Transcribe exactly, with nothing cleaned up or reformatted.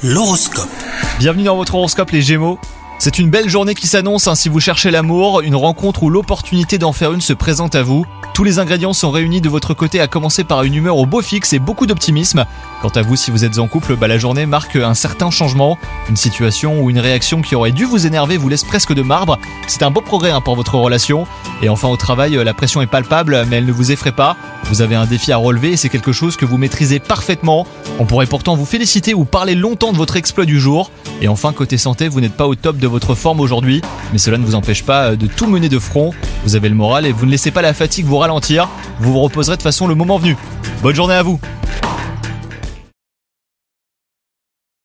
L'horoscope. Bienvenue dans votre horoscope les Gémeaux. C'est une belle journée qui s'annonce hein, si vous cherchez l'amour, une rencontre ou l'opportunité d'en faire une se présente à vous. Tous les ingrédients sont réunis de votre côté, à commencer par une humeur au beau fixe et beaucoup d'optimisme. Quant à vous, si vous êtes en couple, bah, la journée marque un certain changement. Une situation ou une réaction qui aurait dû vous énerver vous laisse presque de marbre. C'est un beau progrès hein, pour votre relation. Et enfin au travail, la pression est palpable mais elle ne vous effraie pas. Vous avez un défi à relever et c'est quelque chose que vous maîtrisez parfaitement. On pourrait pourtant vous féliciter ou parler longtemps de votre exploit du jour. Et enfin côté santé, vous n'êtes pas au top de votre forme aujourd'hui, mais cela ne vous empêche pas de tout mener de front. Vous avez le moral et vous ne laissez pas la fatigue vous ralentir. Vous vous reposerez de façon le moment venu. Bonne journée à vous.